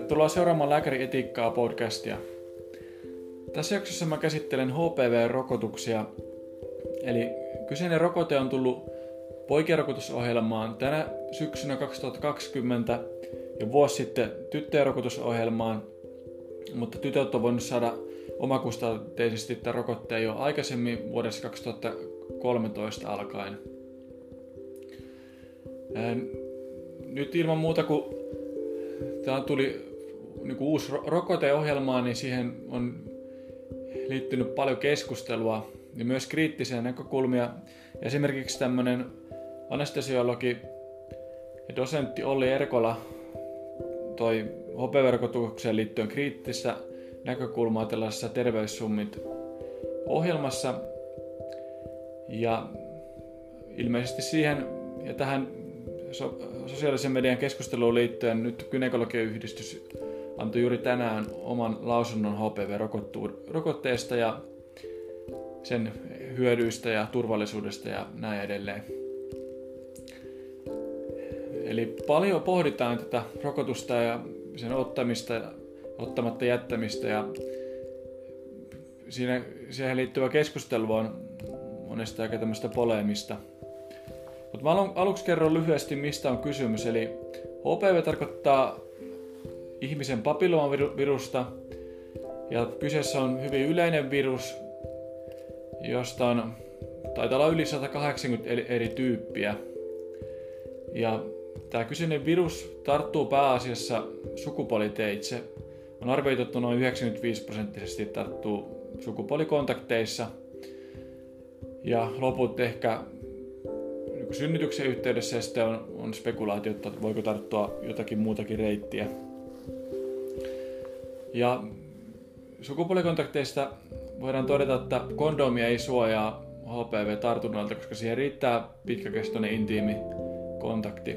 Tervetuloa seuraamaan Lääkärietiikkaa podcastia. Tässä jaksossa mä käsittelen HPV-rokotuksia. Eli kyseinen rokote on tullut poikien rokotusohjelmaan tänä syksynä 2020 ja vuosi sitten tyttöjen rokotusohjelmaan, mutta tytöt on voinut saada omakustanteisesti tämän rokotteen jo aikaisemmin vuodessa 2013 alkaen. Nyt ilman muuta, kun tämä tuli uusi rokoteohjelma, niin siihen on liittynyt paljon keskustelua ja myös kriittisiä näkökulmia. Esimerkiksi tämmöinen anestesiologi ja dosentti Olli Erkola toi HPV-rokotukseen liittyen kriittistä näkökulmaa tällaisessa Terveyssummit-ohjelmassa. Ja ilmeisesti siihen ja tähän sosiaalisen median keskusteluun liittyen nyt Gynekologiyhdistys antoi juuri tänään oman lausunnon HPV-rokotteesta ja sen hyödyistä ja turvallisuudesta ja näin edelleen. Eli paljon pohditaan tätä rokotusta ja sen ottamista ja ottamatta jättämistä ja siihen liittyvä keskustelu on monesti aika tämmöistä poleemista. Mutta mä aluksi kerron lyhyesti, mistä on kysymys. Eli HPV tarkoittaa ihmisen papilloomavirusta ja kyseessä on hyvin yleinen virus, josta taitaa olla yli 180 eri tyyppiä. Ja tämä kyseinen virus tarttuu pääasiassa sukupuoliteitse. On arvioitu, että noin 95% tarttuu sukupuolikontakteissa ja loput ehkä synnytyksen yhteydessä ja sitten on spekulaatio, että voiko tarttua jotakin muutakin reittiä. Ja sukupuolikontakteista voidaan todeta, että kondomia ei suojaa HPV-tartunnalta, koska siihen riittää pitkäkestoinen intiimi kontakti.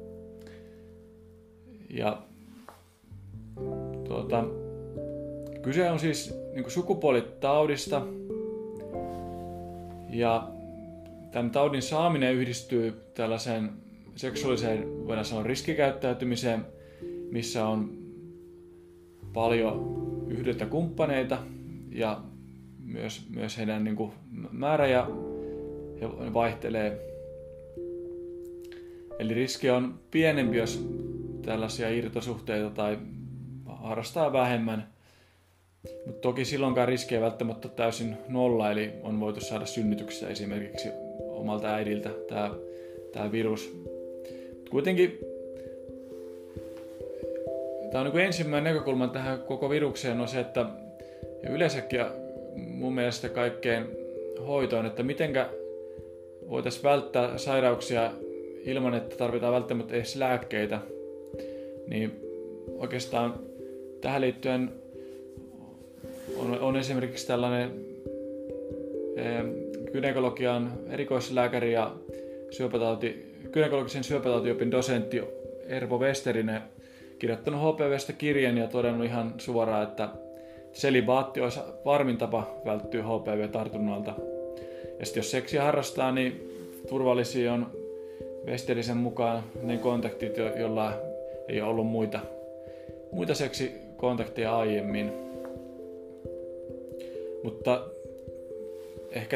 Ja kyse on siis sukupuolitaudista ja tämän taudin saaminen yhdistyy tällaiseen seksuaaliseen, voidaan sanoa, riskikäyttäytymiseen, missä on paljon yhdeltä kumppaneita ja myös heidän määrä ja vaihtelee. Eli riski on pienempi, jos tällaisia irtosuhteita tai harrastaa vähemmän. Mutta toki silloinkaan riski ei välttämättä ole täysin nolla, eli on voitu saada synnytyksessä esimerkiksi omalta äidiltä tämä virus. Kuitenkin tämä on ensimmäinen näkökulma tähän koko virukseen on se, että ja yleensäkin mun mielestä kaikkeen hoitoon, että mitenkä voitaisiin välttää sairauksia ilman, että tarvitaan välttämättä edes lääkkeitä. Niin oikeastaan tähän liittyen on esimerkiksi tällainen gynekologian erikoislääkäri ja gynekologisen syöpätautiopin dosentti Ervo Westerinen kirjoittanut HPV:stä kirjan ja todennut ihan suoraan, että selibaatti olisi varmin tapa välttyä HPV-tartunnalta. Ja sitten jos seksiä harrastaa, niin turvallisia on Westerisen mukaan ne kontaktit, joilla ei ole ollut muita seksikontakteja aiemmin. Mutta ehkä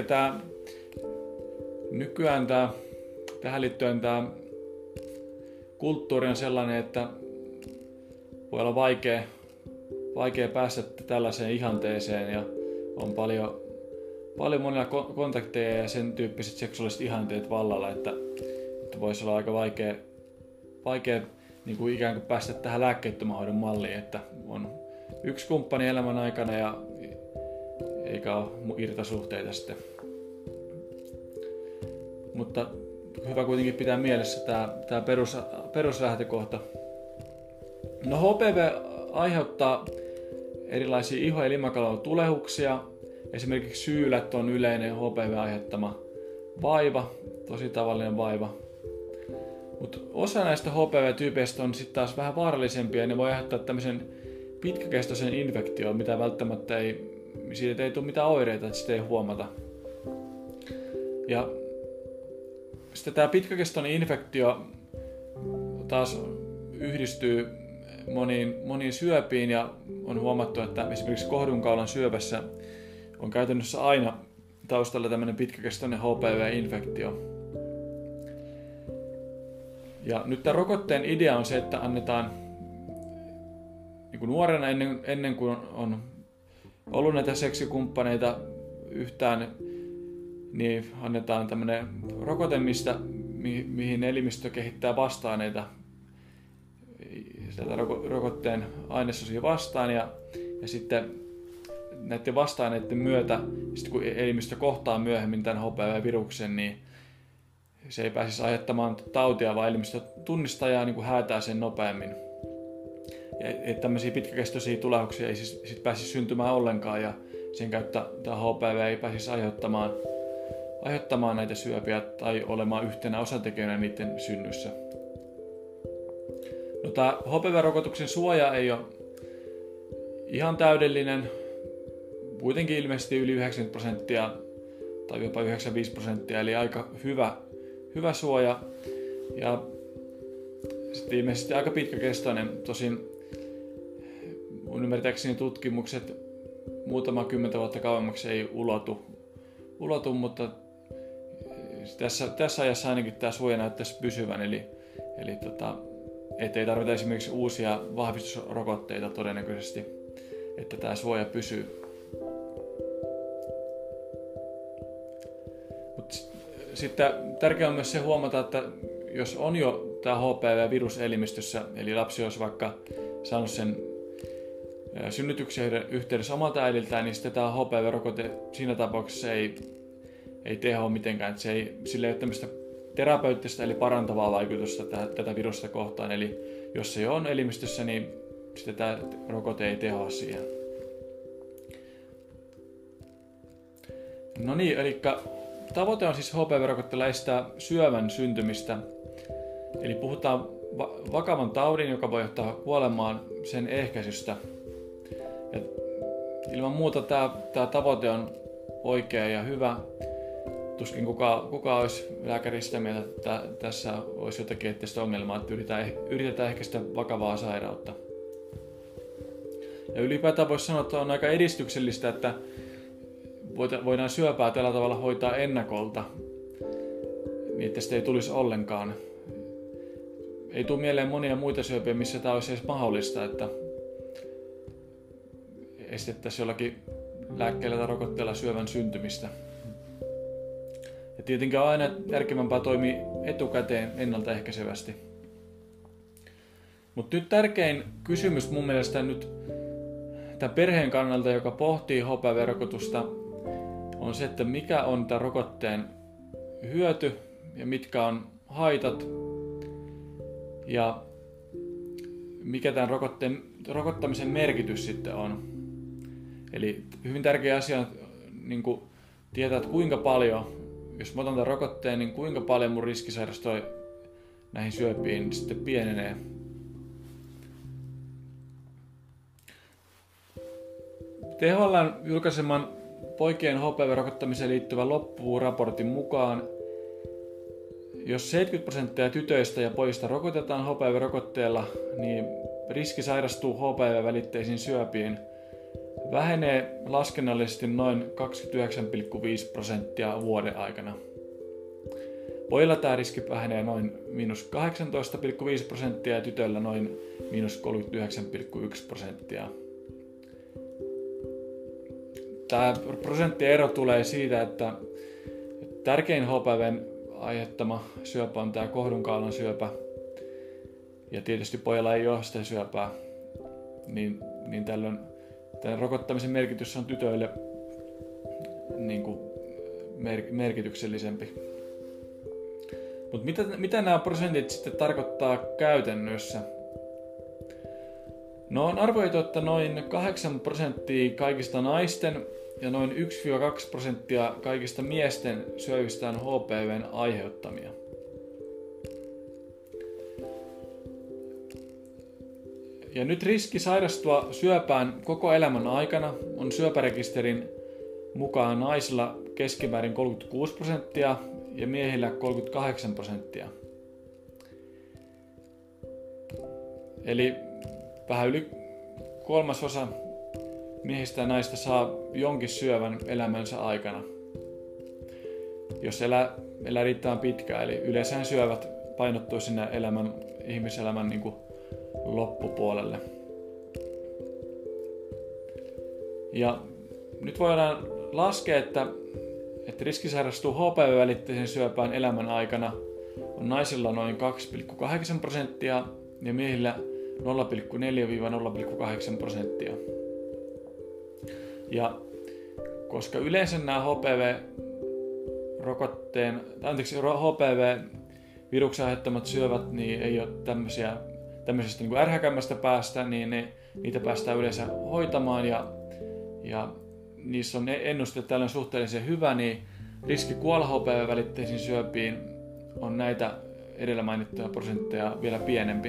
nykyään tähän liittyen tämä kulttuuri on sellainen, että voi olla vaikea päästä tällaiseen ihanteeseen ja on paljon monia kontakteja ja sen tyyppiset seksuaaliset ihanteet vallalla, että voisi olla aika vaikea ikään kuin päästä tähän lääkkeettömän hoidon malliin, että on yksi kumppani elämän aikana ja eikä ole irtosuhteita sitten. Mutta hyvä kuitenkin pitää mielessä tämä peruslähtökohta. No HPV aiheuttaa erilaisia iho- ja limakalvon tulehuksia. Esimerkiksi syylät on yleinen HPV-aiheuttama vaiva, tosi tavallinen vaiva. Mutta osa näistä HPV-tyypeistä on sitten taas vähän vaarallisempia ja ne voi aiheuttaa tämmöisen pitkäkestoisen infektion, mitä välttämättä siitä ei tule mitään oireita, että sitä ei huomata. Ja sitten tämä pitkäkestoinen infektio taas yhdistyy moniin syöpiin ja on huomattu, että esimerkiksi kohdunkaulan syöpässä on käytännössä aina taustalla tämmöinen pitkäkestoinen HPV-infektio. Ja nyt tämän rokotteen idea on se, että annetaan niin kuin nuorena ennen kuin on ollut näitä seksikumppaneita yhtään, niin annetaan tämmöinen rokote, mihin elimistö kehittää vasta-aineita sieltä rokotteen ainesosia vastaan ja sitten näiden vasta-aineiden myötä, sitten kun elimistö kohtaa myöhemmin tämän HPV-viruksen, niin se ei pääsisi aiheuttamaan tautia, vaan elimistö tunnistaa ja niin kuin häätää sen nopeammin. Ja tämmöisiä pitkäkestoisia tulehduksia ei siis sit pääsisi syntymään ollenkaan ja sen kautta tämä HPV ei pääsisi aiheuttamaan näitä syöpiä tai olemaan yhtenä osatekijänä niiden synnyssä. No, tämä HPV-rokotuksen suoja ei ole ihan täydellinen, kuitenkin ilmeisesti yli 90% tai jopa 95%, eli aika hyvä suoja ja sitten ilmeisesti aika pitkäkestoinen. Tosin mun ymmärtääkseni tutkimukset muutama 10 vuotta kauemmaksi ei ulotu, mutta tässä ajassa ainakin tämä suoja näyttäisi pysyvän, eli ettei tarvita esimerkiksi uusia vahvistusrokotteita todennäköisesti, että tämä suoja pysyy. Sitten tärkeää on myös se huomata, että jos on jo tämä HPV-virus elimistössä, eli lapsi olisi vaikka saanut sen synnytyksen yhteydessä omalta äidiltään, niin sitten tämä HPV-rokote siinä tapauksessa ei tehoa mitenkään. Sillä ei ole tämmöistä terapeuttista eli parantavaa vaikutusta tätä virusta kohtaan. Eli jos se on elimistössä, niin sitten tämä rokote ei tehoa siihen. No niin, eli tavoite on siis HPV-rokotteella estää syövän syntymistä. Eli puhutaan vakavan taudin, joka voi johtaa kuolemaan, sen ehkäisystä. Ja ilman muuta tämä tavoite on oikea ja hyvä. Tuskin kuka olisi lääkäri sitä mieltä, että tässä olisi jotakin eettistä ongelmaa, että yritetään ehkäistä vakavaa sairautta. Ja ylipäätään voisi sanoa, että on aika edistyksellistä, että voidaan syöpää tällä tavalla hoitaa ennakolta, niin että sitä ei tulisi ollenkaan. Ei tule mieleen monia muita syöpiä, missä tämä olisi edes mahdollista, että estettäisiin jollakin lääkkeellä tai rokotteella syövän syntymistä. Ja tietenkin on aina järkevämpää toimia etukäteen ennaltaehkäisevästi. Mutta nyt tärkein kysymys mun mielestä nyt tämän perheen kannalta, joka pohtii HPV-rokotusta, on se, että mikä on tämän rokotteen hyöty ja mitkä on haitat ja mikä tämän rokottamisen merkitys sitten on. Eli hyvin tärkeä asia on niin kuin tietää, että kuinka paljon, jos mä otan tämän rokotteen, niin kuinka paljon mun riski sairastua näihin syöpiin sitten pienenee. THL:n julkaiseman poikien HPV-rokottamiseen liittyvän loppuraportin mukaan, jos 70% tytöistä ja pojista rokotetaan HPV-rokotteella, niin riski sairastua HPV-välitteisiin syöpiin vähenee laskennallisesti noin 29,5% vuoden aikana. Pojilla tämä riski vähenee noin -18,5% ja tytöillä noin -39,1%. Tämä prosenttiero tulee siitä, että tärkein HPVn aiheuttama syöpä on tämä kohdunkaulan syöpä. Ja tietysti pojalla ei ole sitä syöpää, niin tällöin tämän rokottamisen merkitys on tytöille niin kuin merkityksellisempi. Mutta mitä nämä prosentit sitten tarkoittaa käytännössä? No, on arvioitu, että noin 8% kaikista naisten ja noin 1-2% kaikista miesten syövistä on HPVn aiheuttamia. Ja nyt riski sairastua syöpään koko elämän aikana on syöpärekisterin mukaan naisilla keskimäärin 36% ja miehillä 38%. Eli vähän yli 1/3 miehistä ja naista saa jonkin syövän elämänsä aikana, jos elää riittävän pitkään. Eli yleensä syövät painottuu sinne ihmiselämän niin kuin loppupuolelle. Ja nyt voidaan laskea, että riski sairastua HPV-välitteiseen syöpään elämän aikana on naisilla noin 2,8% ja miehillä 0,4–0,8%. Ja koska yleensä nämä HPV-viruksen aiheuttamat syövät niin ei ole tämmöisestä niin kuin ärhäkämmästä päästä, niin niitä päästään yleensä hoitamaan ja niissä on ennuste tällöin suhteellisen hyvä, niin riski kuolla HPV-välitteisiin syöpiin on näitä edellä mainittuja prosentteja vielä pienempi.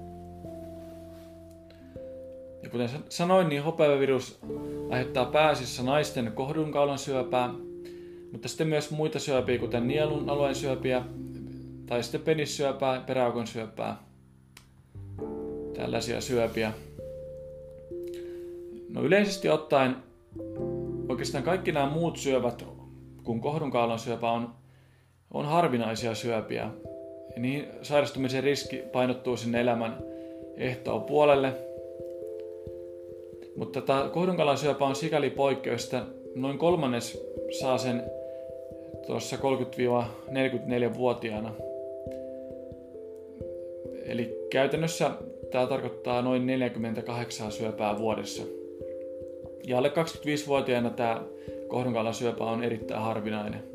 Ja kuten sanoin, niin HPV-virus aiheuttaa pääasiassa naisten kohdunkaulan syöpää, mutta sitten myös muita syöpiä, kuten nielun alueen syöpiä tai sitten penissyöpää, peräaukon syöpää. Tällaisia syöpiä. No yleisesti ottaen oikeastaan kaikki nämä muut syövät, kun kohdunkaulan syöpä on harvinaisia syöpiä. Ja niihin sairastumisen riski painottuu sinne elämän ehtoopuolelle. Mutta tämä kohdunkaulan syöpä on sikäli poikkeus, että noin 1/3 saa sen tuossa 30–44-vuotiaana. Eli käytännössä tämä tarkoittaa noin 48 syöpää vuodessa. Ja alle 25-vuotiaana tämä kohdunkaulan syöpä on erittäin harvinainen.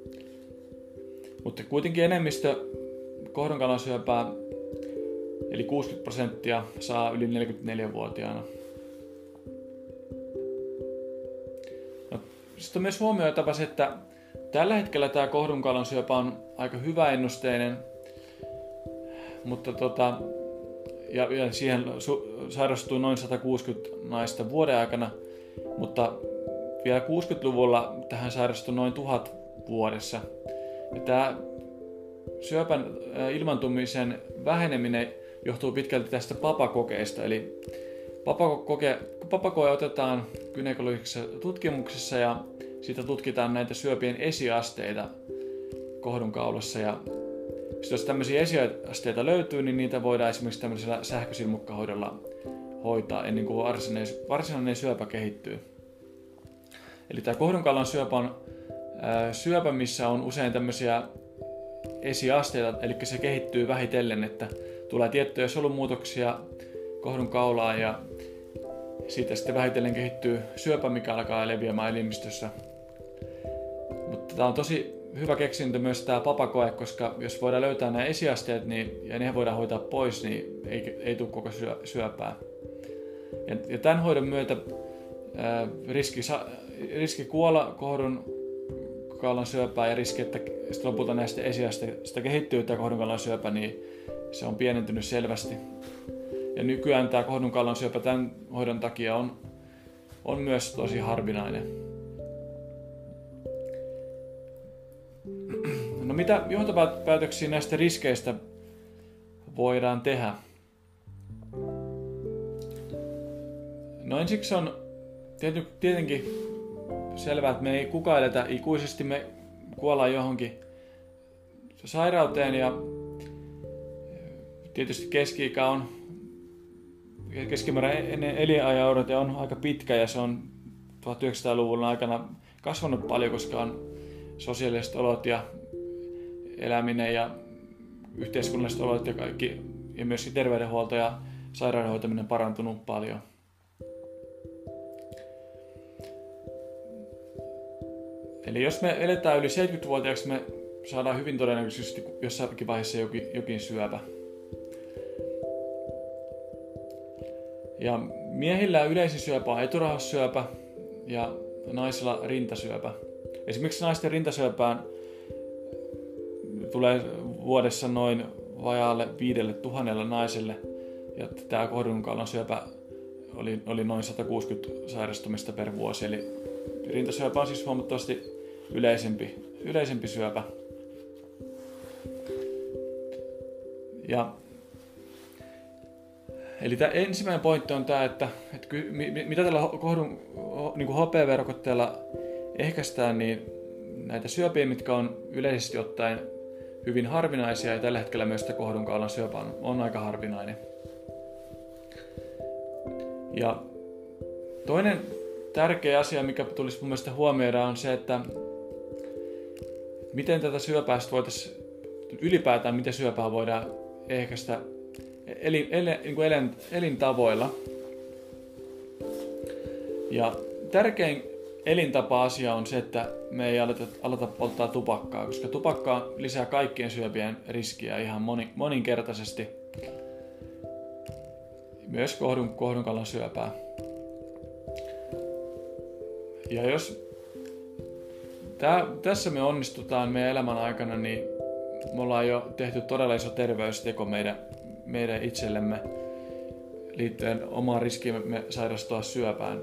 Mutta kuitenkin enemmistö kohdunkaulan syöpää, eli 60%, saa yli 44-vuotiaana. No, sitten on myös huomioitava se, että tällä hetkellä tämä kohdunkaulan syöpä on aika hyvä ennusteinen, mutta ja siihen sairastuu noin 160 naista vuoden aikana, mutta vielä 60-luvulla tähän sairastui noin 1000 vuodessa. Ja tämä syöpän ilmaantumisen väheneminen johtuu pitkälti tästä papakokeesta, eli papakoe otetaan gynekologisessa tutkimuksessa ja siitä tutkitaan näitä syöpien esiasteita kohdunkaulassa ja jos tämmöisiä esiasteita löytyy, niin niitä voidaan esimerkiksi tämmöisellä sähkösilmukkahoidolla hoitaa ennen kuin varsinainen syöpä kehittyy. Eli tämä kohdunkaulan syöpä on syöpä, missä on usein tämmöisiä esiasteita, eli se kehittyy vähitellen, että tulee tiettyjä solumuutoksia kohdunkaulaan ja siitä sitten vähitellen kehittyy syöpä, mikä alkaa leviämään elimistössä. Mutta tämä on tosi hyvä keksintö myös tämä papakoe, koska jos voidaan löytää nämä esiasteet ja ne voidaan hoitaa pois, niin ei tule koko syöpää. Ja tämän hoidon myötä riski kuolla kohdunkaulan syöpää ja riski, että lopulta näistä esiasteista kehittyy tämä kohdunkaulan syöpä, niin se on pienentynyt selvästi. Ja nykyään tämä kohdunkaulan syöpä tämän hoidon takia on myös tosi harvinainen. No mitä johtopäätöksiä näistä riskeistä voidaan tehdä? No ensiksi on tietenkin selvää, että me ei kukaan eletä ikuisesti, me kuollaan johonkin sairauteen ja tietysti keski-ikä on keskimääräinen elinajanodate on aika pitkä ja se on 1900-luvun aikana kasvanut paljon, koska on sosiaaliset olot ja eläminen ja yhteiskunnalliset olot ja kaikki ja myöskin terveydenhuolto ja sairaudenhoitaminen parantunut paljon. Eli jos me eletään yli 70-vuotiaaksi, me saadaan hyvin todennäköisesti jossakin vaiheessa jokin syöpä. Ja miehillä yleisin syöpä on eturauhassyöpä ja naisilla rintasyöpä. Esimerkiksi naisten rintasyöpään tulee vuodessa noin vajaalle 5,000 naiselle ja tämä kohdunkaulan syöpä oli noin 160 sairastumista per vuosi. Eli rintasyöpä on siis huomattavasti yleisempi syöpä. Eli tämä ensimmäinen pointti on tämä, että mitä tällä niin HPV-rokotteella ehkäistään, niin näitä syöpiä, mitkä on yleisesti ottaen hyvin harvinaisia, ja tällä hetkellä myös sitä kohdunkaulan syöpä on aika harvinainen. Ja toinen tärkeä asia, mikä tulisi mun mielestä huomioida, on se, että miten tätä syöpää voitaisiin ylipäätään, miten syöpää voidaan ehkäistä elintavoilla. Ja tärkein elintapa-asia on se, että me ei aleta polttaa tupakkaa, koska tupakka lisää kaikkien syöpien riskiä ihan moninkertaisesti. Myös kohdunkaulan syöpää. Ja jos tässä me onnistutaan meidän elämän aikana, niin me ollaan jo tehty todella iso terveysteko meidän itsellemme liittyen omaan riskiimme sairastua syöpään.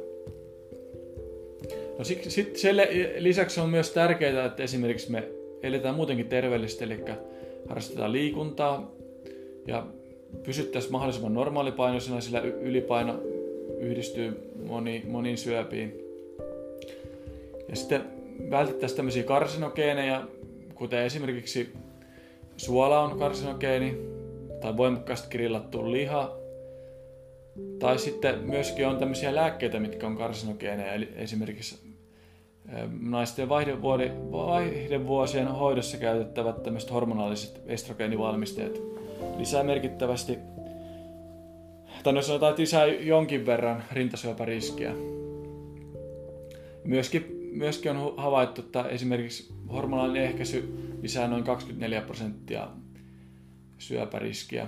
No sen lisäksi on myös tärkeää, että esimerkiksi me eletään muutenkin terveellisesti, eli harrastetaan liikuntaa ja pysyttäisiin mahdollisimman normaalipainoisena, sillä ylipaino yhdistyy moniin syöpiin. Ja sitten vältettäisiin tämmöisiä karsinogeeneja, kuten esimerkiksi suola on karsinogeeni, tai voimakkaasti grillattu liha, tai sitten myöskin on tämmöisiä lääkkeitä, mitkä on karsinogeeneja, eli esimerkiksi naisten vaihdevuosien hoidossa käytettävät tämmöiset hormonaaliset estrogeenivalmisteet lisää merkittävästi, tai no sanotaan, että lisää jonkin verran rintasyöpäriskiä. Myöskin on havaittu, että esimerkiksi hormonaalinen ehkäisy lisää noin 24% syöpäriskiä.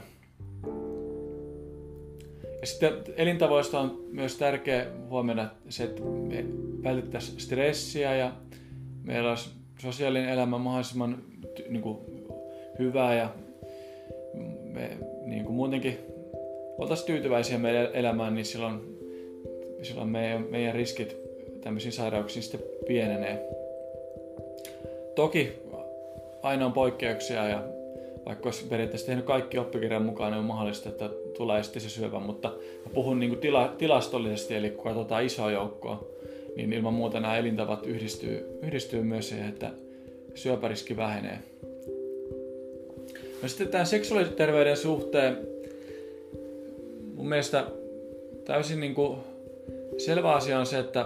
Ja sitten elintavoista on myös tärkeä huomioida se, että me vältettäisiin stressiä ja meillä olisi sosiaalinen elämä mahdollisimman hyvää ja me muutenkin oltaisiin tyytyväisiä meidän elämään, niin silloin meidän riskit tämmöisiin sairauksiin sitten pienenee. Toki aina on poikkeuksia ja vaikka olisi periaatteessa tehnyt kaikki oppikirjan mukaan, niin on mahdollista, että tulee sitten se syöpä, mutta mä puhun tilastollisesti, eli kun katsotaan isoa joukkoa, niin ilman muuta nämä elintavat yhdistyy myös siihen, että syöpäriski vähenee. No sitten tämän seksuaaliterveyden suhteen mun mielestä täysin selvä asia on se, että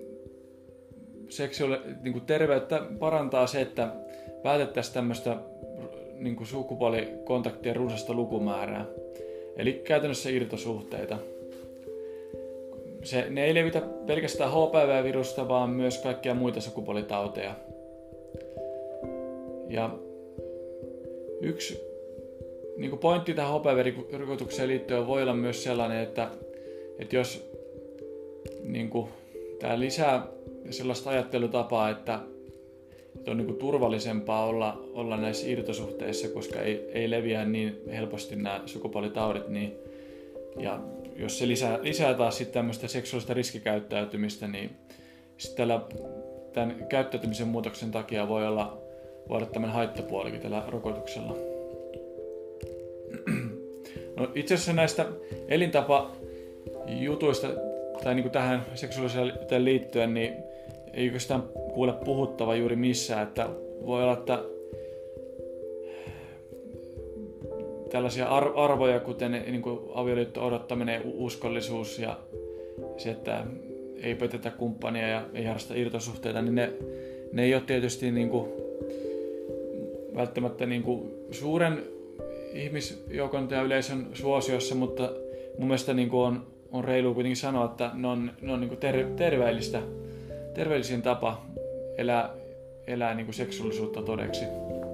terveyttä parantaa se, että vältettäisiin tämmöistä sukupuolikontaktien runsasta lukumäärää, eli käytännössä irtosuhteita. Ne ei levitä pelkästään HPV-virusta, vaan myös kaikkia muita sukupuolitauteja. Ja yksi pointti tähän HPV-rokotukseen liittyen voi olla myös sellainen, että jos tämä lisää sellaista ajattelutapaa, että on turvallisempaa olla näissä irtosuhteissa, koska ei leviä niin helposti nämä sukupuolitaudit, niin, ja jos se lisää taas sitten tämmöistä seksuaalista riskikäyttäytymistä, niin sitten tämän käyttäytymisen muutoksen takia voi olla tämmöinen haittapuolikin tällä rokotuksella. No, itse asiassa näistä elintapajutuista tai tähän seksuaalisuuteen liittyen, niin ei oikeastaan kuule puhuttava juuri missään, että voi olla, että tällaisia arvoja, kuten avioliitto odottaminen, uskollisuus ja se, että ei petetä kumppania ja ei harrasta irtosuhteita, niin ne ei ole tietysti välttämättä suuren ihmisjoukon ja yleisön suosiossa, suosiossa, mutta mun mielestä on reilu kuitenkin sanoa, että ne on terveellisin tapa elää seksuaalisuutta todeksi.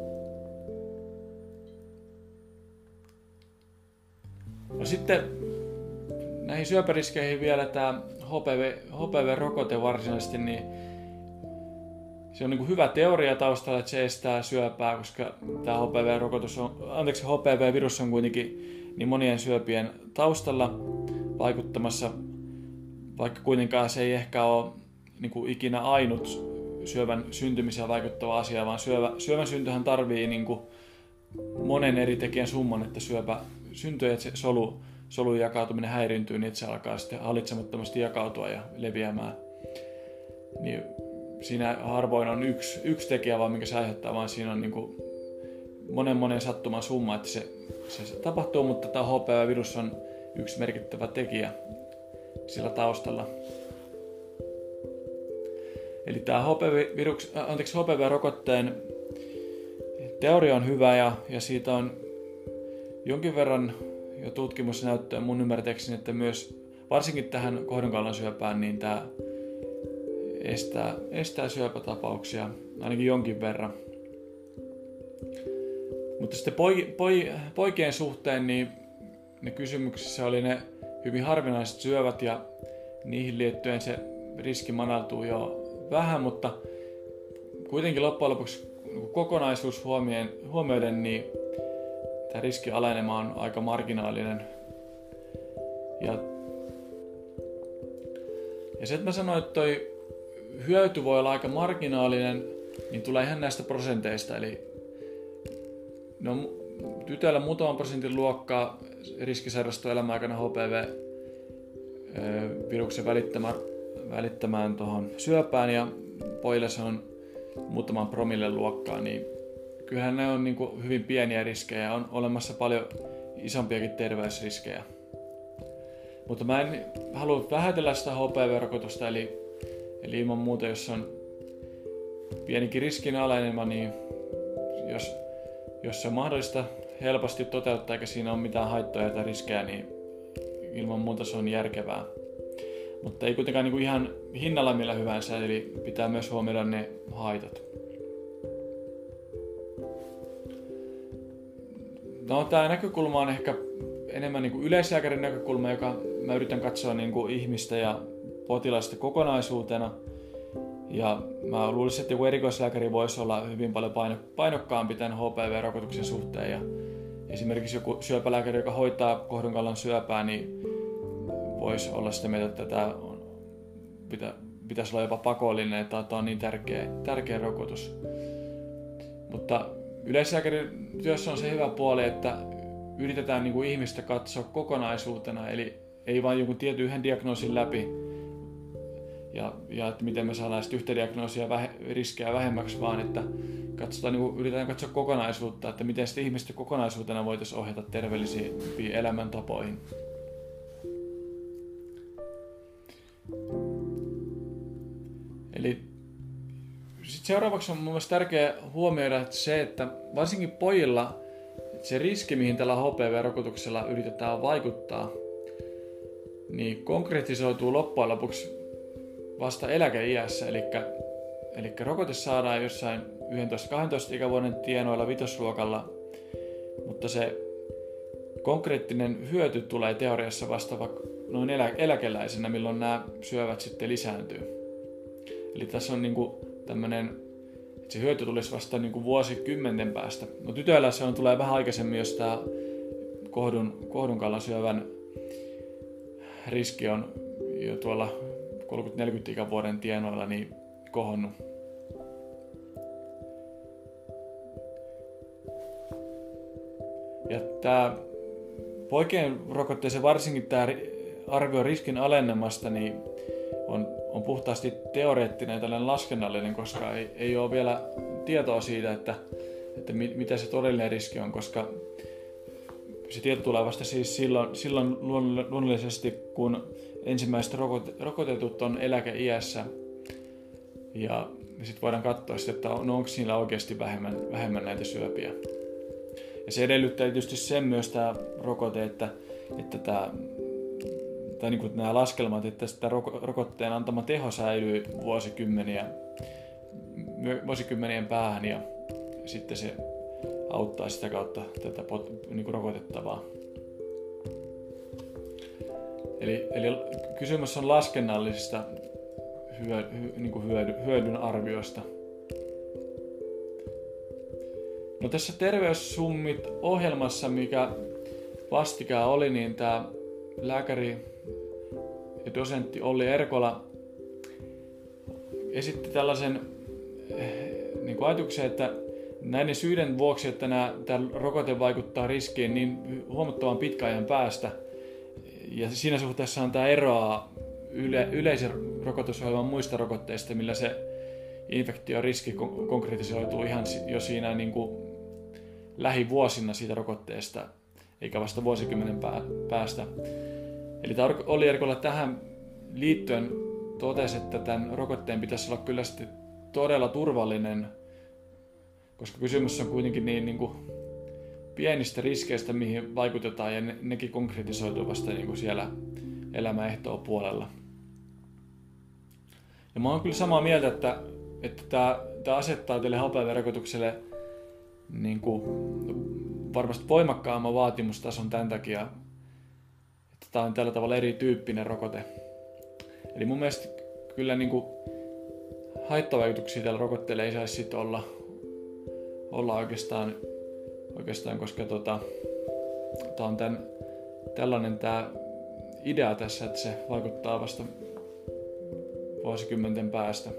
No sitten näihin syöpäriskeihin vielä tämä HPV-rokote varsinaisesti, niin se on hyvä teoria taustalla, että se estää syöpää, koska tämä HPV-virus on kuitenkin niin monien syöpien taustalla vaikuttamassa, vaikka kuitenkaan se ei ehkä ole ikinä ainut syövän syntymiseen vaikuttava asia, vaan syövän syntyhän tarvii monen eri tekijän summan, että syöpä syntyy, että se solun jakautuminen häiriintyy, niin että se alkaa sitten hallitsemattomasti jakautua ja leviämään. Niin siinä harvoin on yksi tekijä vaan, minkä se aiheuttaa, vaan siinä on niin kuin monen sattuman summa, että se tapahtuu, mutta tämä HPV-virus on yksi merkittävä tekijä sillä taustalla. Eli tämä HPV-rokotteen teoria on hyvä ja siitä on jonkin verran jo tutkimusnäyttöä mun ymmärtääkseni, että myös varsinkin tähän kohdunkaulan syöpään, niin tämä estää syöpätapauksia ainakin jonkin verran. Mutta sitten poikien suhteen, niin ne kysymyksissä oli ne hyvin harvinaiset syövät ja niihin liittyen se riski madaltuu jo vähän, mutta kuitenkin loppujen lopuksi kokonaisuus huomioiden, niin tämä riski alenema on aika marginaalinen. Ja se, että mä sanoin, että toi hyöty voi olla aika marginaalinen, niin tulee ihan näistä prosenteista. Eli no, tytöillä muutaman prosentin luokkaa riski sairastua elämän aikana HPV-viruksen välittämään tuohon syöpään ja pojille se on muutaman promille luokkaa, niin kyllähän ne on niin kuin hyvin pieniä riskejä, on olemassa paljon isompiakin terveysriskejä. Mutta mä en halua vähätellä sitä HPV-rokotusta, eli ilman muuta, jos on pienikin riskin alenema, niin jos se on mahdollista helposti toteuttaa eikä siinä ole mitään haittoja tai riskejä, niin ilman muuta se on järkevää. Mutta ei kuitenkaan niin kuin ihan hinnalla millä hyvänsä, eli pitää myös huomioida ne haitat. No, tämä näkökulma on ehkä enemmän niin kuin yleislääkärin näkökulma, joka mä yritän katsoa niin kuin ihmistä ja potilasta kokonaisuutena. Ja mä luulisin, että joku erikoislääkäri voisi olla hyvin paljon painokkaampi tämän HPV-rokotuksen suhteen. Ja esimerkiksi joku syöpälääkäri, joka hoitaa kohdunkaulan syöpää, niin voisi olla sitä mieltä, että tämä pitäisi olla jopa pakollinen, että tämä on niin tärkeä rokotus. Mutta yleislääkärin työssä on se hyvä puoli, että yritetään niin kuin ihmistä katsoa kokonaisuutena, eli ei vain jonkun tietyn yhden diagnoosin läpi, ja että miten me saadaan yhtä diagnoosia riskejä vähemmäksi, vaan että yritetään katsoa kokonaisuutta, että miten sitten ihmistä kokonaisuutena voitaisiin ohjata terveellisiin elämäntapoihin. Eli sitten seuraavaksi on mun mielestä tärkeää huomioida se, että varsinkin pojilla se riski, mihin tällä HPV-rokotuksella yritetään vaikuttaa, niin konkretisoituu loppujen lopuksi vasta eläkeiässä. Eli rokote saadaan jossain 11-12 ikävuoden tienoilla vitosluokalla, mutta se konkreettinen hyöty tulee teoriassa vasta noin eläkeläisenä, milloin nämä syövät sitten lisääntyy. Eli tässä on niinku tämmöinen, että se hyöty tulisi vasta niinku vuosikymmenten päästä. No tytöillä se tulee vähän aikaisemmin, jos tämä kohdunkaulan syövän riski on jo tuolla 30-40 ikävuoden tienoilla niin kohonnut. Ja tämä poikien rokotteeseen varsinkin tämä arvio riskin alenemasta niin on puhtaasti teoreettinen ja tällainen laskennallinen, koska ei ole vielä tietoa siitä, että mitä se todellinen riski on, koska se tieto tulee vasta siis silloin luonnollisesti, kun ensimmäiset rokotetut on eläkeiässä, ja sitten voidaan katsoa, että onko siinä oikeasti vähemmän näitä syöpiä. Ja se edellyttää tietysti sen myös tämä rokote, että niin kuin nämä laskelmat, että sitä rokotteen antama teho säilyy vuosikymmenien päähän, ja sitten se auttaa sitä kautta tätä niin kuin rokotettavaa. Eli kysymys on laskennallisesta hyödyn arviosta. No tässä Terveyssummit-ohjelmassa, mikä vastikään oli, niin tämä lääkäri ja dosentti Olli Erkola esitti tällaisen niin kuin ajatuksen, että näiden syiden vuoksi, että tämä rokote vaikuttaa riskiin niin huomattavan pitkän ajan päästä, Ja siinä suhteessa on tämä eroaa yleisen rokotusohjelman muista rokotteista, millä se infektioriski konkretisoituu ihan jo siinä niin kuin lähivuosina siitä rokotteesta, eikä vasta vuosikymmenen päästä. Eli Olli Erkola tähän liittyen totesi, että tämän rokotteen pitäisi olla kyllä sitten todella turvallinen, koska kysymys on kuitenkin niin kuin pienistä riskeistä, mihin vaikutetaan, ja nekin konkretisoituu vasta niin kuin siellä elämän ehtoopuolella. Ja mä oon kyllä samaa mieltä, että tämä asettaa tälle HPV-rokotukselle niin kuin varmasti voimakkaamman vaatimustason tämän takia, että tämä on tällä tavalla erityyppinen rokote. Eli mun mielestä kyllä niin kuin haittavaikutuksia tällä rokotteella ei saisi sit olla oikeastaan, koska tämä on tällainen tämä idea tässä, että se vaikuttaa vasta vuosikymmenten päästä.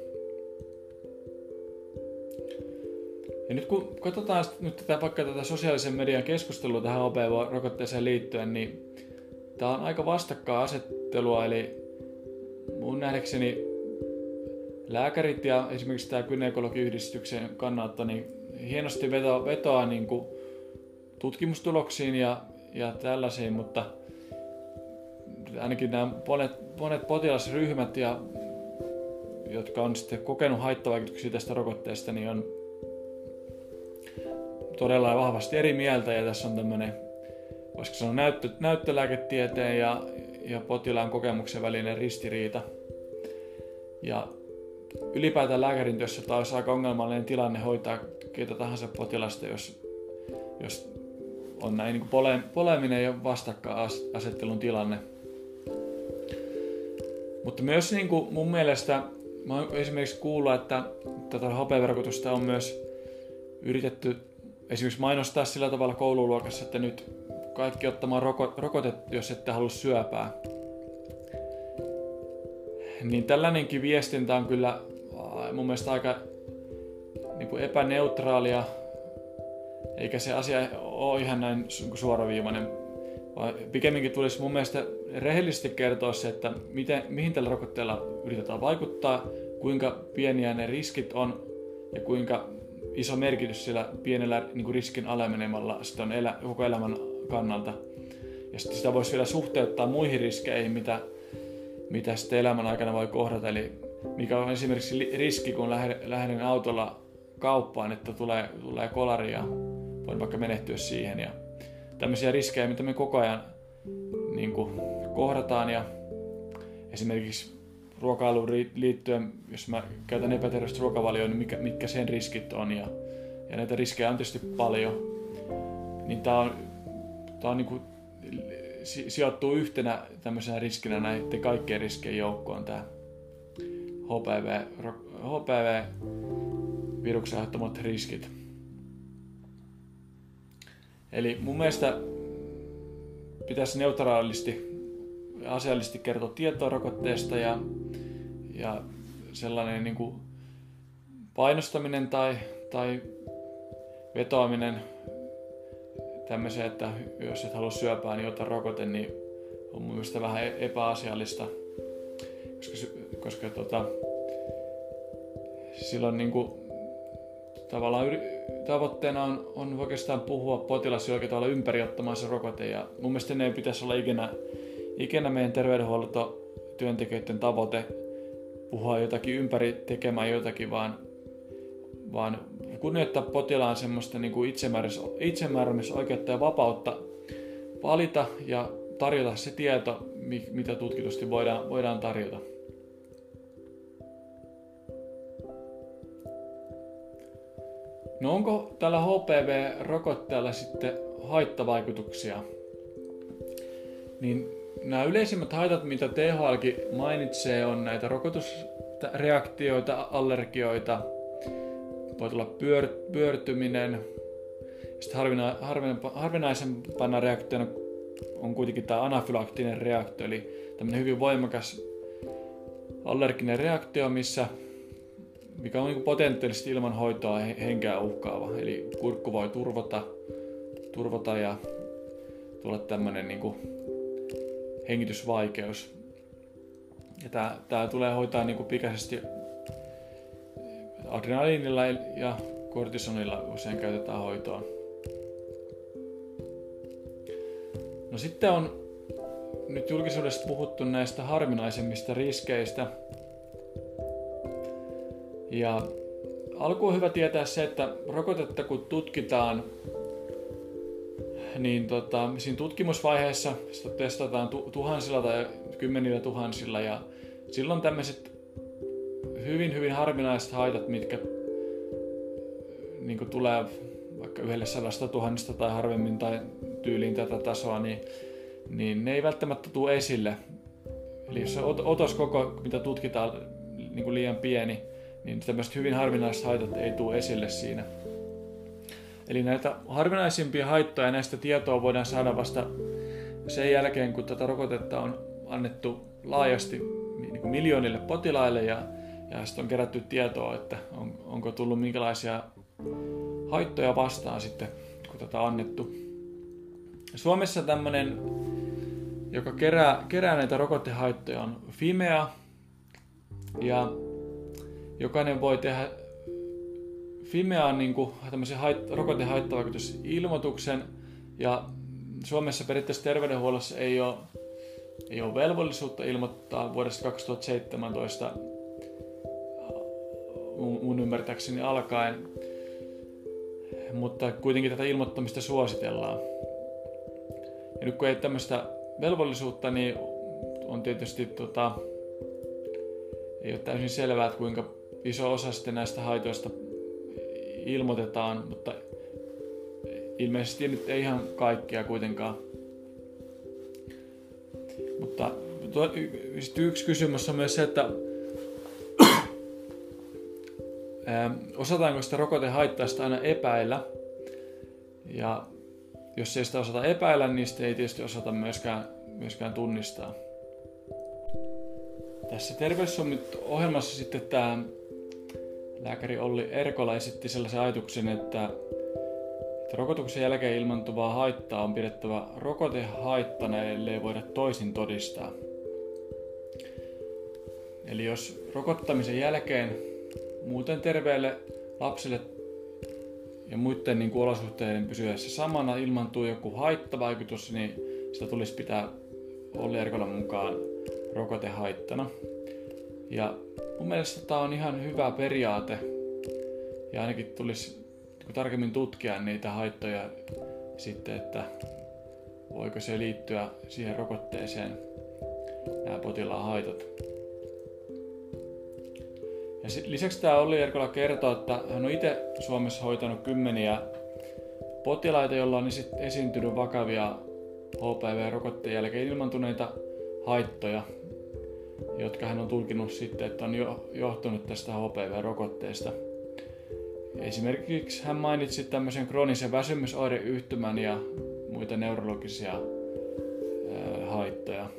Ja nyt kun katsotaan nyt vaikka tätä sosiaalisen median keskustelua tähän HPV-rokotteeseen liittyen, niin tämä on aika vastakkainasettelua, eli mun nähdäkseni lääkärit ja esimerkiksi tämä gynekologiyhdistyksen kannalta niin hienosti vetoaa niin kuin tutkimustuloksiin ja tällaisiin, mutta ainakin nämä monet potilasryhmät, jotka on sitten kokenut haittavaikutuksia tästä rokotteesta, niin on todella vahvasti eri mieltä, ja tässä on tämmöinen, voisiko sanoa, näyttölääketieteen ja potilaan kokemuksen välinen ristiriita. Ja ylipäätään lääkärin työssä tämä olisi aika ongelmallinen tilanne hoitaa ketä tahansa potilasta, jos on näin niin kuin poleminen ja vastakkainasettelun tilanne. Mutta myös niin kuin mun mielestä, mä oon esimerkiksi kuullut, että tätä HPV-rokotusta on myös yritetty esimerkiksi mainostaa sillä tavalla koululuokassa, että nyt kaikki ottamaan rokotet, jos ette halua syöpää. Niin tällainenkin viestintä on kyllä mun mielestä aika niin kuin epäneutraalia, eikä se asia ole ihan näin suoraviivainen. Vaan pikemminkin tulisi mun mielestä rehellisesti kertoa se, että mihin tällä rokotteella yritetään vaikuttaa, kuinka pieniä ne riskit on ja kuinka iso merkitys sillä pienellä niin kuin riskin alenemalla sitten on koko elämän kannalta. Ja sitten sitä voisi vielä suhteuttaa muihin riskeihin, mitä sitten elämän aikana voi kohdata. Eli mikä on esimerkiksi riski, kun lähden autolla kauppaan, että tulee kolari ja voin vaikka menehtyä siihen. Ja tämmöisiä riskejä, mitä me koko ajan niin kuin kohdataan. Ja esimerkiksi ruokailuun liittyen, jos mä käytän epäterveellistä ruokavalioa, niin mitkä sen riskit on. Ja näitä riskejä on tietysti paljon. Niin tää on niin kuin sijoittuu yhtenä tämmöisenä riskinä näiden kaikkien riskien joukkoon tämä HPV-viruksen aiheuttamat riskit. Eli mun mielestä pitäisi neutraalisti ja asiallisesti kertoa tietoa rokotteesta ja sellainen niin kuin painostaminen tai vetoaminen tämmöiseen, että jos et halua syöpää, niin ota rokote, niin on mun mielestä vähän epäasiallista, koska silloin niin kuin, tavallaan tavoitteena on oikeastaan puhua potilas jollakin tavalla ympäri ottamaan se rokote, ja mun mielestä ne ei pitäisi olla ikinä meidän terveydenhuoltotyöntekijöiden tavoite puhua jotakin ympäri tekemään jotakin, vaan kunnioittaa potilaan semmoista niin kuin itsemääräämisoikeutta ja vapautta valita ja tarjota se tieto, mitä tutkitusti voidaan tarjota. No onko tällä HPV-rokotteella sitten haittavaikutuksia? Niin nämä yleisimmät haitat, mitä THLkin mainitsee, on näitä rokotusreaktioita, allergioita, voi tulla pyörtyminen. Sitten harvinaisempana reaktiona on kuitenkin tämä anafylaktinen reaktio, eli tämmöinen hyvin voimakas allerginen reaktio, mikä on niin potentiaalisesti ilman hoitoa henkeä uhkaava. Eli kurkku voi turvota ja tulla tämmöinen niin hengitysvaikeus. Ja tää tulee hoitaa niin kuin pikaisesti adrenaliinilla ja kortisonilla usein käytetään hoitoon. No sitten on nyt julkisuudessa puhuttu näistä harvinaisemmista riskeistä. Ja alkuun on hyvä tietää se, että rokotetta kun tutkitaan, niin siinä tutkimusvaiheessa sitä testataan tuhansilla tai kymmenillä tuhansilla ja silloin tämmöiset hyvin, hyvin harvinaiset haitat, mitkä niin tulee vaikka 100 000 tai harvemmin tai tyyliin tätä tasoa, niin ne ei välttämättä tule esille. Eli jos se otoskoko, mitä tutkitaan, niin kuin liian pieni, niin tämmöiset hyvin harvinaiset haitat ei tule esille siinä. Eli näitä harvinaisimpia haittoja näistä tietoa voidaan saada vasta sen jälkeen, kun tätä rokotetta on annettu laajasti niin kuin miljoonille potilaille ja sitten on kerätty tietoa, että onko tullut minkälaisia haittoja vastaan sitten, kun tätä on annettu. Suomessa tämmöinen, joka kerää näitä rokotehaittoja, on Fimea, ja jokainen voi tehdä Fimeaan niin kuin tämmöisen rokotehaittavaikutusilmoituksen, ja Suomessa periaatteessa terveydenhuollossa ei ole velvollisuutta ilmoittaa vuodesta 2017 mun ymmärtääkseni alkaen, mutta kuitenkin tätä ilmoittamista suositellaan. Ja nyt kun ei tämmöistä velvollisuutta, niin on tietysti ei ole täysin selvää, että kuinka iso osa sitten näistä haitoista ilmoitetaan, mutta ilmeisesti nyt ei ihan kaikkia kuitenkaan. Mutta yksi kysymys on myös se, että osataanko sitä rokotehaittaista aina epäillä, ja jos ei sitä osata epäillä, niin sitä ei tietysti osata myöskään tunnistaa. Tässä Terveyssummit-ohjelmassa sitten tämä lääkäri Olli Erkola esitti sellaisen ajatuksen, että rokotuksen jälkeen ilmaantuvaa haittaa on pidettävä rokotehaittana, ellei voida toisin todistaa. Eli jos rokottamisen jälkeen muuten terveelle lapselle ja muiden niin kuin olosuhteiden pysyessä samana ilmaantuu joku haittavaikutus, niin sitä tulisi pitää Olli Erkolan mukaan rokotehaittana. Ja mun mielestä tämä on ihan hyvä periaate ja ainakin tulisi tarkemmin tutkia niitä haittoja sitten, että voiko se liittyä siihen rokotteeseen, nämä potilaan haitat. Ja lisäksi tämä Olli Erkola kertoo, että hän on itse Suomessa hoitanut kymmeniä potilaita, joilla on esiintynyt vakavia HPV-rokotteen jälkeen ilmantuneita haittoja, jotka hän on tulkinut sitten, että on johtunut tästä HPV-rokotteesta. Esimerkiksi hän mainitsi tämmöisen kroonisen väsymysoireyhtymän ja muita neurologisia haittoja.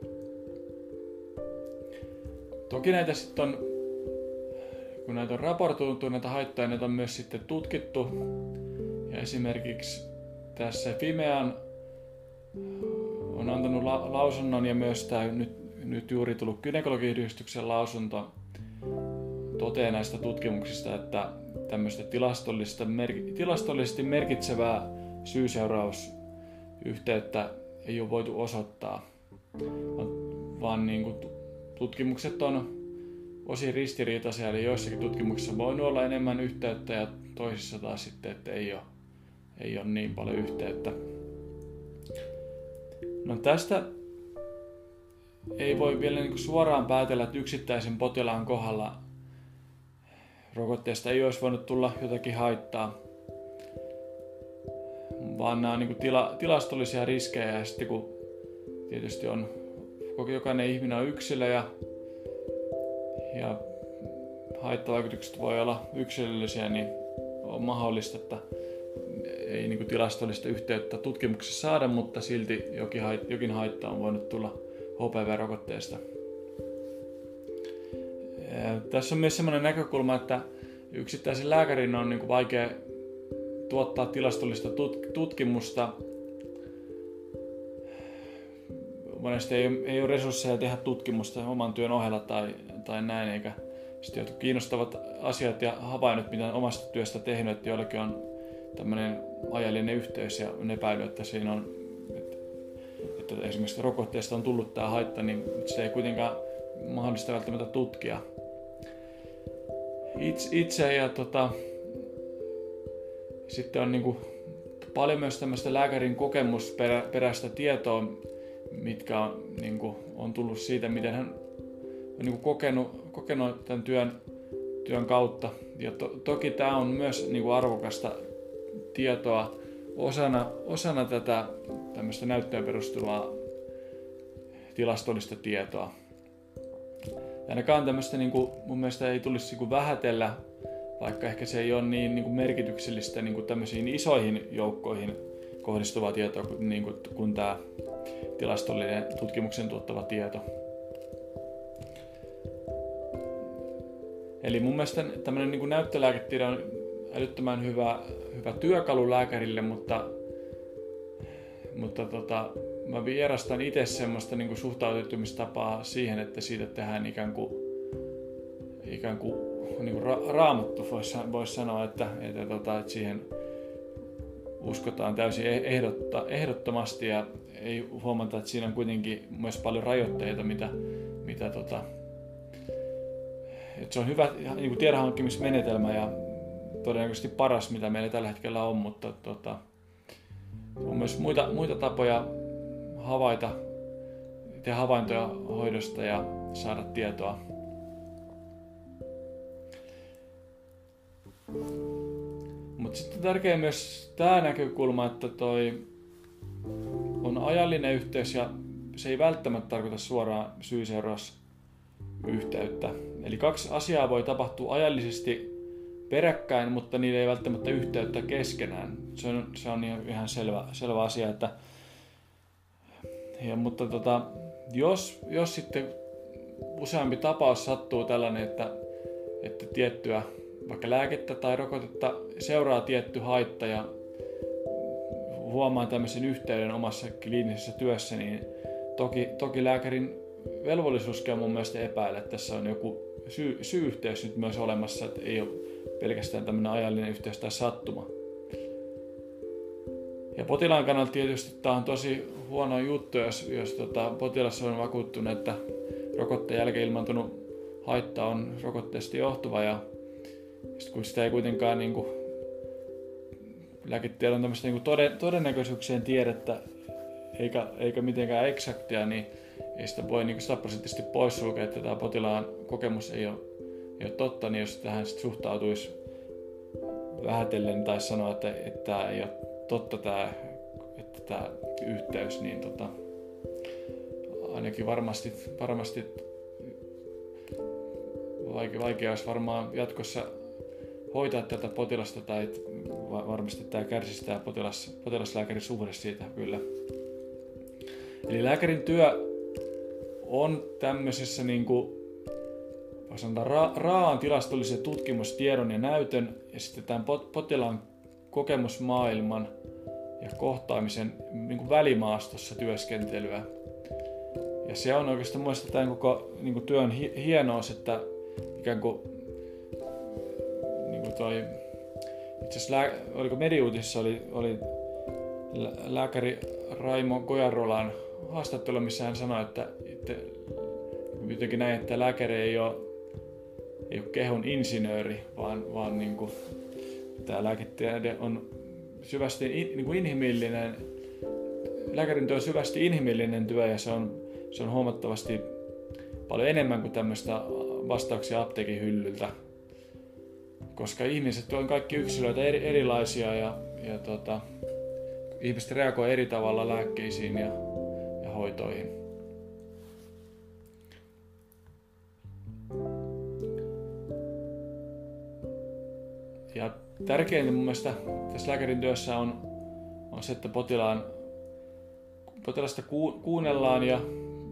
Toki näitä sitten on, kun näitä on raportoitu, näitä haittoja, näitä on myös sitten tutkittu. Ja esimerkiksi tässä Fimean on antanut lausunnon ja myös tämä nyt juuri tullut gynekologiyhdistyksen lausunto toteaa näistä tutkimuksista, että tämmöistä tilastollisesti merkitsevää syy-seurausyhteyttä ei ole voitu osoittaa, vaan niin kuin tutkimukset on osin ristiriitaisia, eli joissakin tutkimuksissa voi olla enemmän yhteyttä ja toisissa taas sitten, että ei ole niin paljon yhteyttä. No tästä ei voi vielä niin kuin suoraan päätellä, että yksittäisen potilaan kohdalla rokotteesta ei olisi voinut tulla jotakin haittaa, vaan nämä on niin kuin tilastollisia riskejä ja sitten kun tietysti on jokainen ihminen on yksilö ja haittavaikutukset voi olla yksilöllisiä, niin on mahdollista, että ei niin kuin tilastollista yhteyttä tutkimuksessa saada, mutta silti jokin haitta on voinut tulla HPV-rokotteesta. Tässä on myös sellainen näkökulma, että yksittäisen lääkärin on niin kuin vaikea tuottaa tilastollista tutkimusta monesti ei ole resursseja tehdä tutkimusta oman työn ohella tai näin, eikä sitten jotkut kiinnostavat asiat ja havainnot, mitä on omasta työstä tehnyt, että joillakin on tämmöinen ajallinen yhteys ja on epäily, että siinä on, että esimerkiksi rokotteesta on tullut tämä haitta, niin se ei kuitenkaan mahdollista välttämättä tutkia itse ja sitten on niinku paljon myös tämmöistä lääkärin kokemusperäistä tietoa, mitkä on tullut siitä, miten hän on niinku kokenut tämän työn kautta. Ja toki tämä on myös niinku arvokasta tietoa osana tätä tämmöistä näyttöön perustuvaa tilastollista tietoa. Ainakaan tämmöistä mun mielestä ei tulisi vähätellä, vaikka ehkä se ei ole niin merkityksellistä tämmöisiin isoihin joukkoihin kohdistuvaa tietoa kuin tämä tilastollinen tutkimuksen tuottava tieto. Eli mun mielestä tämmöinen näyttölääketiede on älyttömän hyvä työkalu lääkärille, mutta mä vierastan itse semmoista suhtautumistapaa siihen, että siitä tehdään ikään kuin raamattu, voisi sanoa, että siihen uskotaan täysin ehdottomasti ja ei huomata, että siinä on kuitenkin myös paljon rajoitteita, että se on hyvä tiedonhankkimismenetelmä ja todennäköisesti paras, mitä meillä tällä hetkellä on, mutta on myös muita tapoja tehdä havaintoja hoidosta ja saada tietoa. Mutta sitten on tärkeä myös tämä näkökulma, että toi on ajallinen yhteys ja se ei välttämättä tarkoita suoraan syy-seurausyhteyttä. Eli kaksi asiaa voi tapahtua ajallisesti peräkkäin, mutta niillä ei välttämättä yhteyttä keskenään. Se on ihan selvä asia. Mutta jos sitten useampi tapaus sattuu tällainen, että tiettyä vaikka lääkettä tai rokotetta seuraa tietty haitta ja huomaan tämmöisen yhteyden omassa kliinisessä työssä, niin toki lääkärin velvollisuuskin on mun mielestä epäillä, että tässä on joku syy-yhteys nyt myös olemassa, että ei ole pelkästään tämmöinen ajallinen yhteys tai sattuma. Ja potilaan kannalta tietysti tämä on tosi huono juttu, jos potilas on vakuuttunut, että rokotteen jälkeen ilmaantunut haitta on rokotteesta johtuva ja kun sitä ei kuitenkaan lääketieteellä on tämmöistä todennäköisyyksien tiedettä eikä mitenkään eksaktia, niin ei sitä voi 100% poissulkea, että tämä potilaan kokemus ei ole totta, niin jos tähän sit suhtautuisi vähätellen tai sanoa, että tämä ei ole totta tämä yhteys, niin ainakin varmasti vaikea olisi varmaan jatkossa hoitaa tätä potilasta tai varmasti tämä kärsisi tämä potilas-lääkärin suhde siitä kyllä. Eli lääkärin työ on tämmöisessä raaan tilastollisen tutkimustiedon ja näytön ja sitten tämän potilaan kokemusmaailman ja kohtaamisen välimaastossa työskentelyä. Ja se on oikeastaan mun mielestä tämän koko työn hienous, että ikään kuin toi itse asiassa oliko Mediuutissa oli lääkäri Raimo Kojarolan haastattelu, missä hän sanoi, että jotenkin näin, että lääkäri ei ole kehon insinööri, vaan tämä lääketiede on syvästi inhimillinen. Lääkärin työ on syvästi inhimillinen työ ja se on huomattavasti paljon enemmän kuin tämmöistä vastauksia apteekin hyllyltä. Koska ihmiset on kaikki yksilöitä erilaisia ja ihmiset reagoi eri tavalla lääkkeisiin ja hoitoihin. Ja tärkeintä mun mielestä tässä lääkärin työssä on se, että potilasta kuunnellaan ja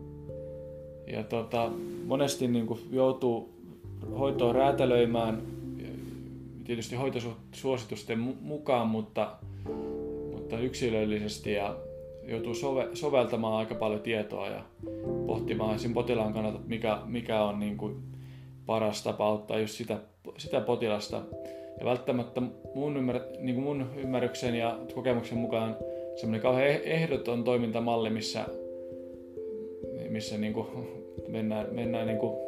monesti joutuu hoitoa räätälöimään tietysti hoitosuositusten mukaan, mutta yksilöllisesti ja joutuu soveltamaan aika paljon tietoa ja pohtimaan sen potilaan kannalta, mikä on niin kuin paras tapa auttaa just sitä potilasta. Ja välttämättä mun ymmärryksen ja kokemuksen mukaan semmoinen kauhean ehdoton toimintamalli, missä niin kuin mennään niin kuin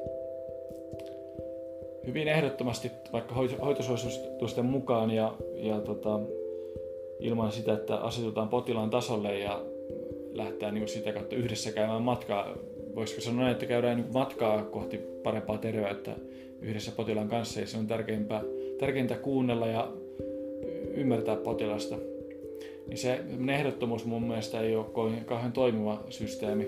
hyvin ehdottomasti vaikka hoitosuositusten mukaan ja ilman sitä, että asetutaan potilaan tasolle ja lähdetään niin kuin sitä kautta yhdessä käymään matkaa. Voisiko sanoa, että käydään niin kuin matkaa kohti parempaa terveyttä yhdessä potilaan kanssa, ja se on tärkeintä kuunnella ja ymmärtää potilasta. Niin se ehdottomuus mun mielestä ei ole kauhean toimiva systeemi.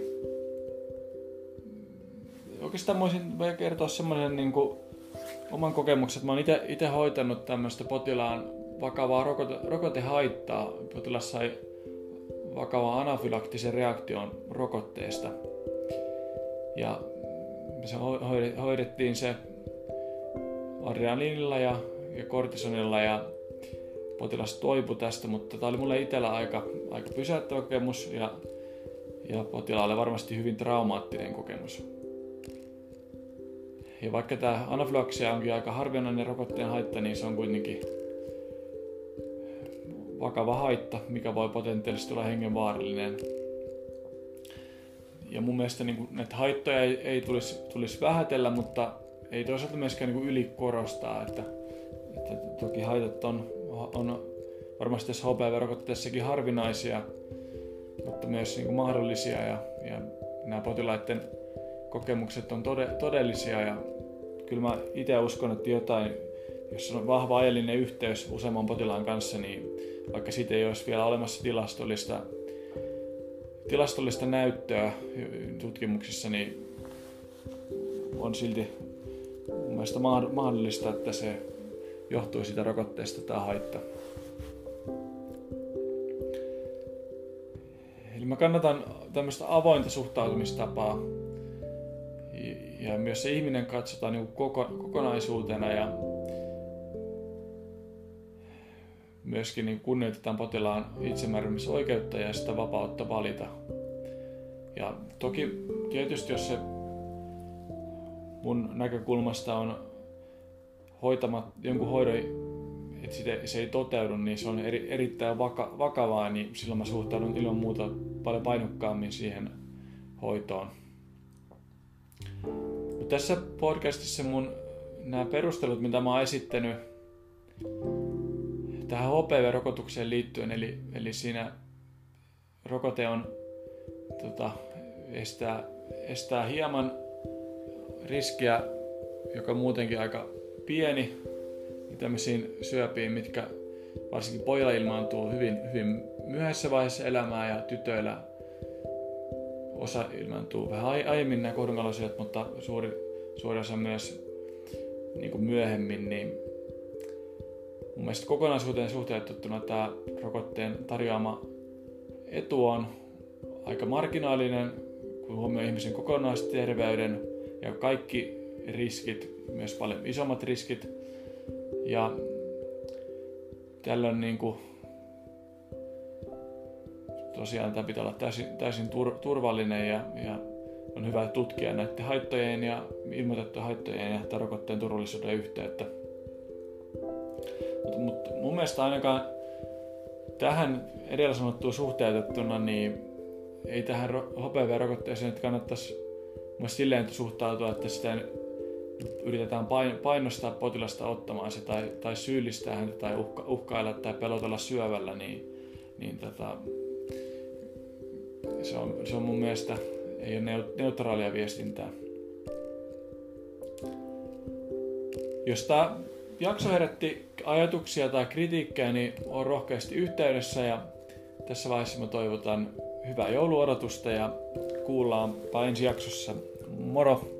Oikeastaan voisin kertoa semmoisen niin kuin oman kokemuksen, että mä oon itse hoitanut tämmöistä potilaan vakavaa rokotehaittaa. Potilas sai vakavan anafylaktisen reaktion rokotteesta. Ja se hoidettiin se adrenaliinilla ja kortisonilla ja potilas toipui tästä, mutta tämä oli mulle itsellä aika pysäyttävä kokemus ja potilaalle varmasti hyvin traumaattinen kokemus. Ja vaikka tämä anafylaksia onkin aika harvinainen rokotteen haitta, niin se on kuitenkin vakava haitta, mikä voi potentiaalisesti olla hengenvaarallinen. Ja mun mielestä niin näitä haittoja ei tulisi vähätellä, mutta ei toisaalta myöskään niin ylikorostaa, että toki haitat on varmasti tässä HPV-rokotteessakin harvinaisia, mutta myös niin mahdollisia ja nämä potilaiden kokemukset on todellisia ja kyllä mä itse uskon, että jos on vahva ajallinen yhteys useamman potilaan kanssa, niin vaikka siitä ei olisi vielä olemassa tilastollista näyttöä tutkimuksissa, niin on silti mun mielestä mahdollista, että se johtuu siitä rokotteesta tämä haitta. Eli mä kannatan tämmöistä avointa suhtautumistapaa ja myös se ihminen katsotaan niin kokonaisuutena ja myöskin niin kunnioitetaan potilaan itsemääräämisoikeutta ja sitä vapautta valita. Ja toki tietysti jos se mun näkökulmasta on jonkun hoidon, että se ei toteudu, niin se on erittäin vakavaa, niin silloin mä suhtaudun ilman muuta paljon painokkaammin siihen hoitoon. Mutta tässä podcastissa nämä perustelut, mitä mä oon esittänyt tähän HPV-rokotukseen liittyen, eli siinä rokote on estää hieman riskiä, joka on muutenkin aika pieni, tämmöisiin syöpiin, mitkä varsinkin pojilla ilmaantuu hyvin myöhäisessä vaiheessa elämää ja tytöillä osa ilmaantuu vähän aiemmin nämä kohdunkalosyöt, mutta suuri osa myös niin kuin myöhemmin. Niin mun mielestä kokonaisuuteen suhteutettuna tämä rokotteen tarjoama etu on aika marginaalinen, kun huomioi ihmisen kokonaisterveyden ja kaikki riskit, myös paljon isommat riskit. Ja tällöin niin kuin, tosiaan tämä pitää olla täysin turvallinen ja on hyvä tutkia näiden haittojen ja ilmoitettujen haittojen ja tämän rokotteen turvallisuuden yhteyttä. Mutta mun mielestä ainakaan tähän edellä sanottuun suhteutettuna, niin ei tähän HPV-rokotteeseen kannattaisi silleen suhtautua, että sitä yritetään painostaa potilasta ottamaan se tai syyllistää häntä tai uhkailla tai pelotella syövällä, niin se on mun mielestä ei ole neutraalia viestintää. Jos tämä jakso herätti ajatuksia tai kritiikkiä, niin on rohkeasti yhteydessä ja tässä vaiheessa mä toivotan hyvää jouluodotusta ja kuullaanpa ensi jaksossa. Moro!